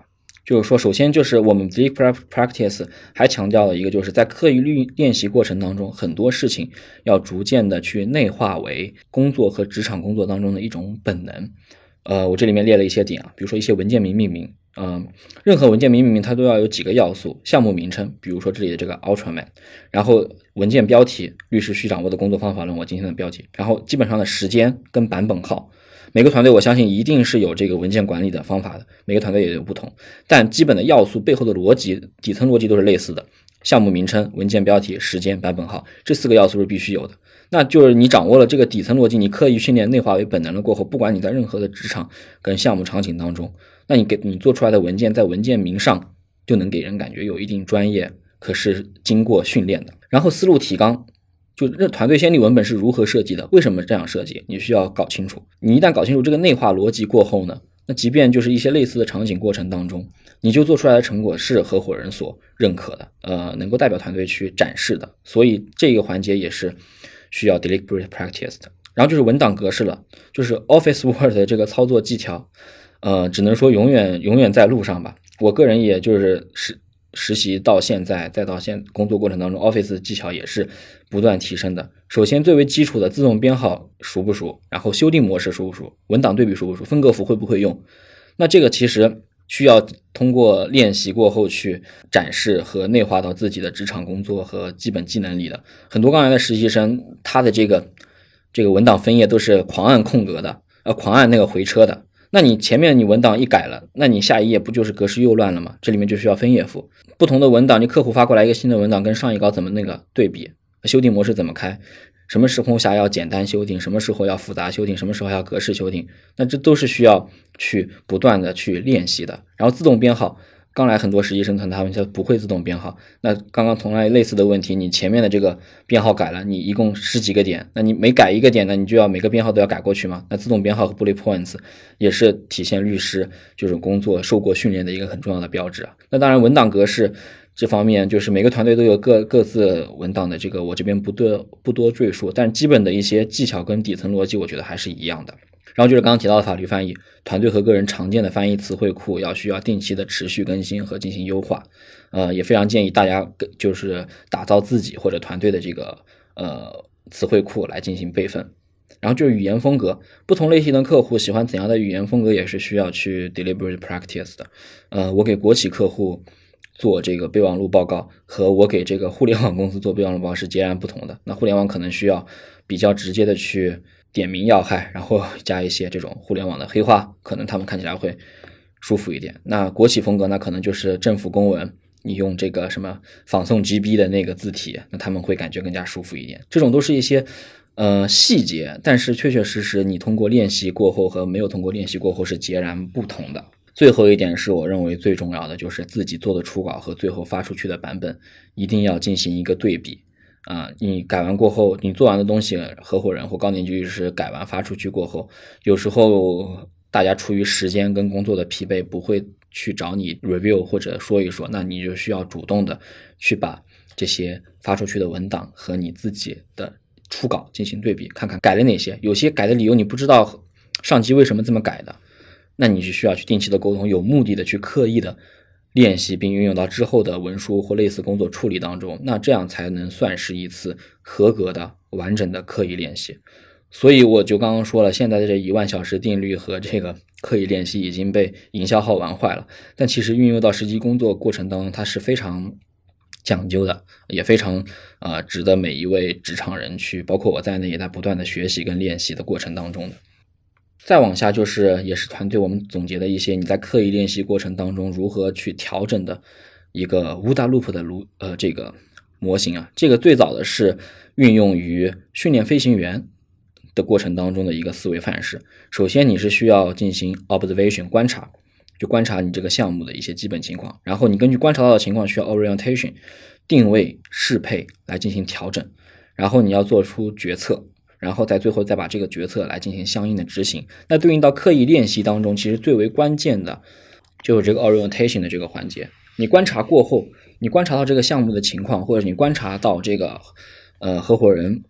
[SPEAKER 1] 就是说，首先就是我们 Daily Practice 还强调了一个，就是在刻意练习过程当中，很多事情要逐渐的去内化为工作和职场工作当中的一种本能。呃，我这里面列了一些点啊，比如说一些文件名命名，嗯、呃，任何文件名命名它都要有几个要素：项目名称，比如说这里的这个 Ultraman， 然后文件标题，律师需掌握的工作方法论，我今天的标题，然后基本上的时间跟版本号。每个团队我相信一定是有这个文件管理的方法的，每个团队也有不同，但基本的要素背后的逻辑，底层逻辑都是类似的。项目名称、文件标题、时间、版本号，这四个要素是必须有的。那就是你掌握了这个底层逻辑，你刻意训练内化为本能了过后，不管你在任何的职场跟项目场景当中，那你给你做出来的文件在文件名上就能给人感觉有一定专业，可是经过训练的。然后思路提纲，就团队先例文本是如何设计的，为什么这样设计，你需要搞清楚。你一旦搞清楚这个内化逻辑过后呢，那即便就是一些类似的场景过程当中，你就做出来的成果是合伙人所认可的，呃，能够代表团队去展示的。所以这个环节也是需要 deliberate practice 的。然后就是文档格式了，就是 Office Word 的这个操作技巧，呃，只能说永远永远在路上吧。我个人也就是是实习到现在，再到现工作过程当中 Office 技巧也是不断提升的。首先最为基础的自动编号熟不熟，然后修订模式熟不熟，文档对比熟不熟，分隔符会不会用，那这个其实需要通过练习过后去展示和内化到自己的职场工作和基本技能里的。很多刚来的实习生他的这个这个文档分页都是狂按空格的，呃，狂按那个回车的，那你前面你文档一改了，那你下一页不就是格式又乱了吗？这里面就需要分页符，不同的文档，你客户发过来一个新的文档跟上一稿怎么那个对比，修订模式怎么开，什么时候下要简单修订，什么时候要复杂修订，什么时候要格式修订，那这都是需要去不断的去练习的。然后自动编号，刚来很多实习生他们就不会自动编号，那刚刚同样类似的问题，你前面的这个编号改了，你一共十几个点，那你每改一个点呢，你就要每个编号都要改过去吗？那自动编号和 bullet points 也是体现律师这种工作受过训练的一个很重要的标志啊。那当然文档格式这方面，就是每个团队都有各各自文档的这个，我这边不多不多赘述，但基本的一些技巧跟底层逻辑我觉得还是一样的。然后就是刚刚提到的法律翻译，团队和个人常见的翻译词汇库要需要定期的持续更新和进行优化，呃，也非常建议大家就是打造自己或者团队的这个呃词汇库来进行备份。然后就是语言风格，不同类型的客户喜欢怎样的语言风格也是需要去 deliberate practice 的。呃，我给国企客户做这个备忘录报告和我给这个互联网公司做备忘录报告是截然不同的。那互联网可能需要比较直接的去点名要害，然后加一些这种互联网的黑话，可能他们看起来会舒服一点。那国企风格呢，可能就是政府公文，你用这个什么仿宋 G B 的那个字体，那他们会感觉更加舒服一点。这种都是一些呃细节，但是确确实实你通过练习过后和没有通过练习过后是截然不同的。最后一点是我认为最重要的，就是自己做的初稿和最后发出去的版本一定要进行一个对比啊、呃，你改完过后，你做完的东西，合伙人或高年级律师改完发出去过后，有时候大家出于时间跟工作的疲惫，不会去找你 review 或者说一说，那你就需要主动的去把这些发出去的文档和你自己的初稿进行对比，看看改了哪些，有些改的理由你不知道上级为什么这么改的，那你是需要去定期的沟通，有目的的去刻意的练习并运用到之后的文书或类似工作处理当中，那这样才能算是一次合格的完整的刻意练习。所以我就刚刚说了，现在的这一万小时定律和这个刻意练习已经被营销号玩坏了，但其实运用到实际工作过程当中，它是非常讲究的，也非常呃值得每一位职场人去，包括我在内也在不断的学习跟练习的过程当中的。再往下就是也是团队我们总结的一些你在刻意练习过程当中如何去调整的一个 W U D A Loop 的呃这个模型啊，这个最早的是运用于训练飞行员的过程当中的一个思维范式。首先你是需要进行 observation 观察，就观察你这个项目的一些基本情况，然后你根据观察到的情况需要 orientation 定位适配来进行调整，然后你要做出决策，然后在最后再把这个决策来进行相应的执行。那对应到刻意练习当中，其实最为关键的就是这个 orientation 的这个环节。你观察过后，你观察到这个项目的情况，或者你观察到这个呃合伙人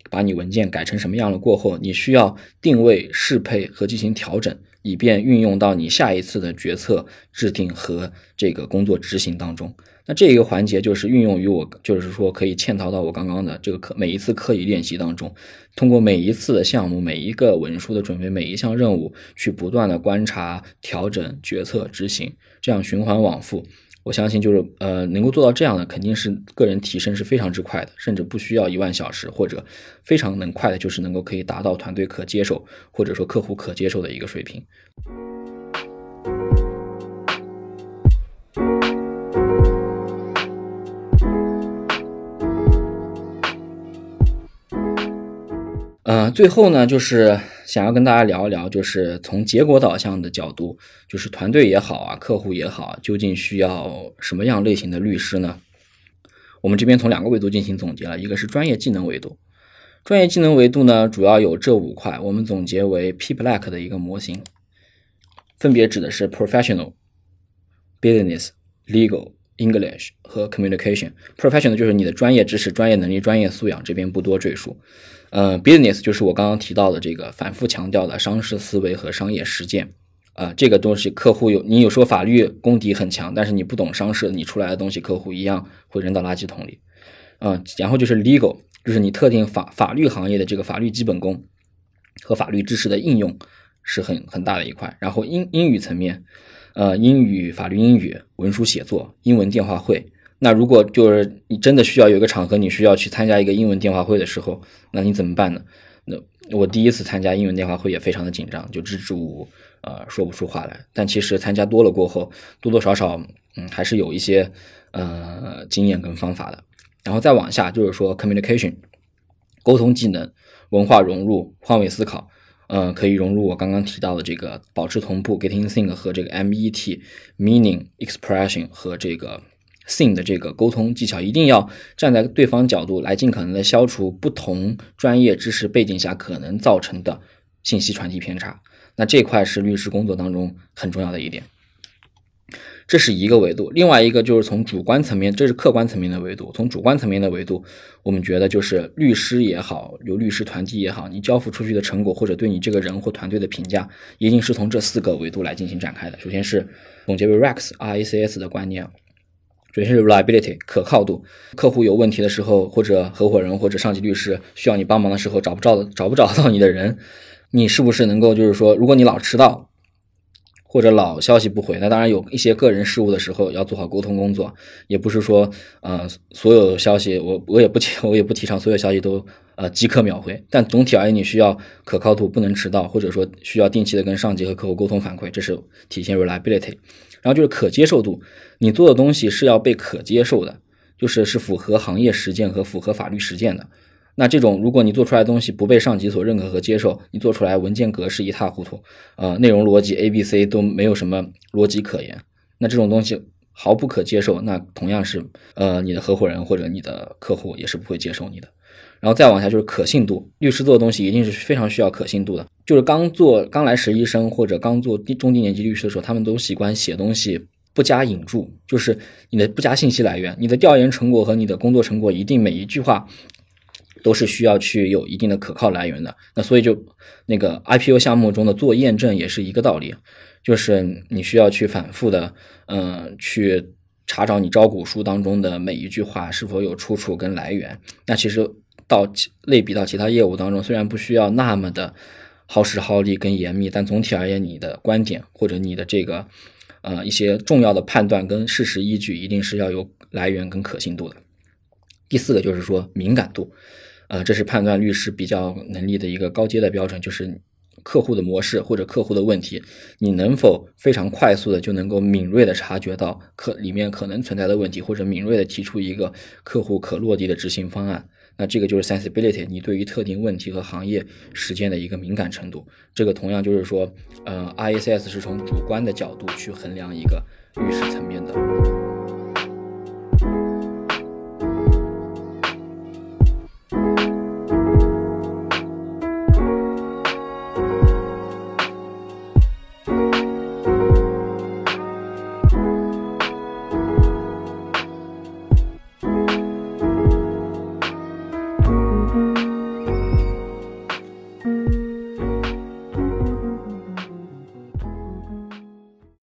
[SPEAKER 1] 把你文件改成什么样了过后，你需要定位、适配和进行调整，以便运用到你下一次的决策制定和这个工作执行当中。那这一个环节就是运用于我，就是说可以嵌套到我刚刚的这个课每一次课语练习当中，通过每一次的项目、每一个文书的准备、每一项任务，去不断的观察、调整、决策、执行，这样循环往复。我相信就是呃能够做到这样的，肯定是个人提升是非常之快的，甚至不需要一万小时，或者非常能快的，就是能够可以达到团队可接受或者说客户可接受的一个水平。呃，最后呢，就是想要跟大家聊一聊，就是从结果导向的角度，就是团队也好啊，客户也好，究竟需要什么样类型的律师呢？我们这边从两个维度进行总结了，一个是专业技能维度。专业技能维度呢，主要有这五块，我们总结为 P B L A C 的一个模型，分别指的是 Professional、Business、Legal、English 和 Communication。Professional 就是你的专业知识、专业能力、专业素养，这边不多赘述。呃 ，business 就是我刚刚提到的这个反复强调的商事思维和商业实践，呃，这个东西客户有你有时候法律功底很强，但是你不懂商事，你出来的东西客户一样会扔到垃圾桶里，呃，然后就是 legal， 就是你特定法法律行业的这个法律基本功和法律知识的应用是很很大的一块，然后英英语层面，呃，英语、法律英语、文书写作、英文电话会。那如果就是你真的需要有一个场合，你需要去参加一个英文电话会的时候，那你怎么办呢？那我第一次参加英文电话会也非常的紧张，就支支吾吾，呃，说不出话来。但其实参加多了过后，多多少少，嗯，还是有一些呃经验跟方法的。然后再往下就是说 communication， 沟通技能、文化融入、换位思考。呃，可以融入我刚刚提到的这个保持同步 get in sync 和这个 M E T meaning expression 和这个 Sing 的这个沟通技巧，一定要站在对方角度来尽可能的消除不同专业知识背景下可能造成的信息传递偏差。那这块是律师工作当中很重要的一点。这是一个维度，另外一个就是从主观层面，这是客观层面的维度。从主观层面的维度，我们觉得就是律师也好，有律师团体也好，你交付出去的成果或者对你这个人或团队的评价，一定是从这四个维度来进行展开的。首先是总结为 R A C S、R A C S 的观念。首先是 reliability 可靠度，客户有问题的时候，或者合伙人或者上级律师需要你帮忙的时候，找不着找不找到你的人，你是不是能够就是说，如果你老迟到或者老消息不回，那当然有一些个人事务的时候要做好沟通工作，也不是说呃所有消息我我也不我也不提倡所有消息都呃即刻秒回，但总体而言你需要可靠度，不能迟到，或者说需要定期的跟上级和客户沟通反馈，这是体现 reliability。然后就是可接受度，你做的东西是要被可接受的，就是是符合行业实践和符合法律实践的。那这种如果你做出来的东西不被上级所认可和接受，你做出来文件格式一塌糊涂，呃，内容逻辑 A B C 都没有什么逻辑可言，那这种东西毫不可接受，那同样是呃你的合伙人或者你的客户也是不会接受你的。然后再往下就是可信度，律师做的东西一定是非常需要可信度的。就是刚做刚来实习生或者刚做中低年级律师的时候，他们都习惯写东西不加引注，就是你的不加信息来源，你的调研成果和你的工作成果一定每一句话都是需要去有一定的可靠来源的。那所以就那个 I P O 项目中的做验证也是一个道理，就是你需要去反复的呃去查找你招股书当中的每一句话是否有出处跟来源。那其实到类比到其他业务当中，虽然不需要那么的耗时耗力跟严密，但总体而言你的观点或者你的这个呃一些重要的判断跟事实依据一定是要有来源跟可信度的。第四个就是说敏感度，呃，这是判断律师比较能力的一个高阶的标准，就是客户的模式或者客户的问题，你能否非常快速的就能够敏锐的察觉到可里面可能存在的问题，或者敏锐的提出一个客户可落地的执行方案。那这个就是 sensibility， 你对于特定问题和行业实践的一个敏感程度。这个同样就是说，呃 ，R A C S 是从主观的角度去衡量一个律师层面的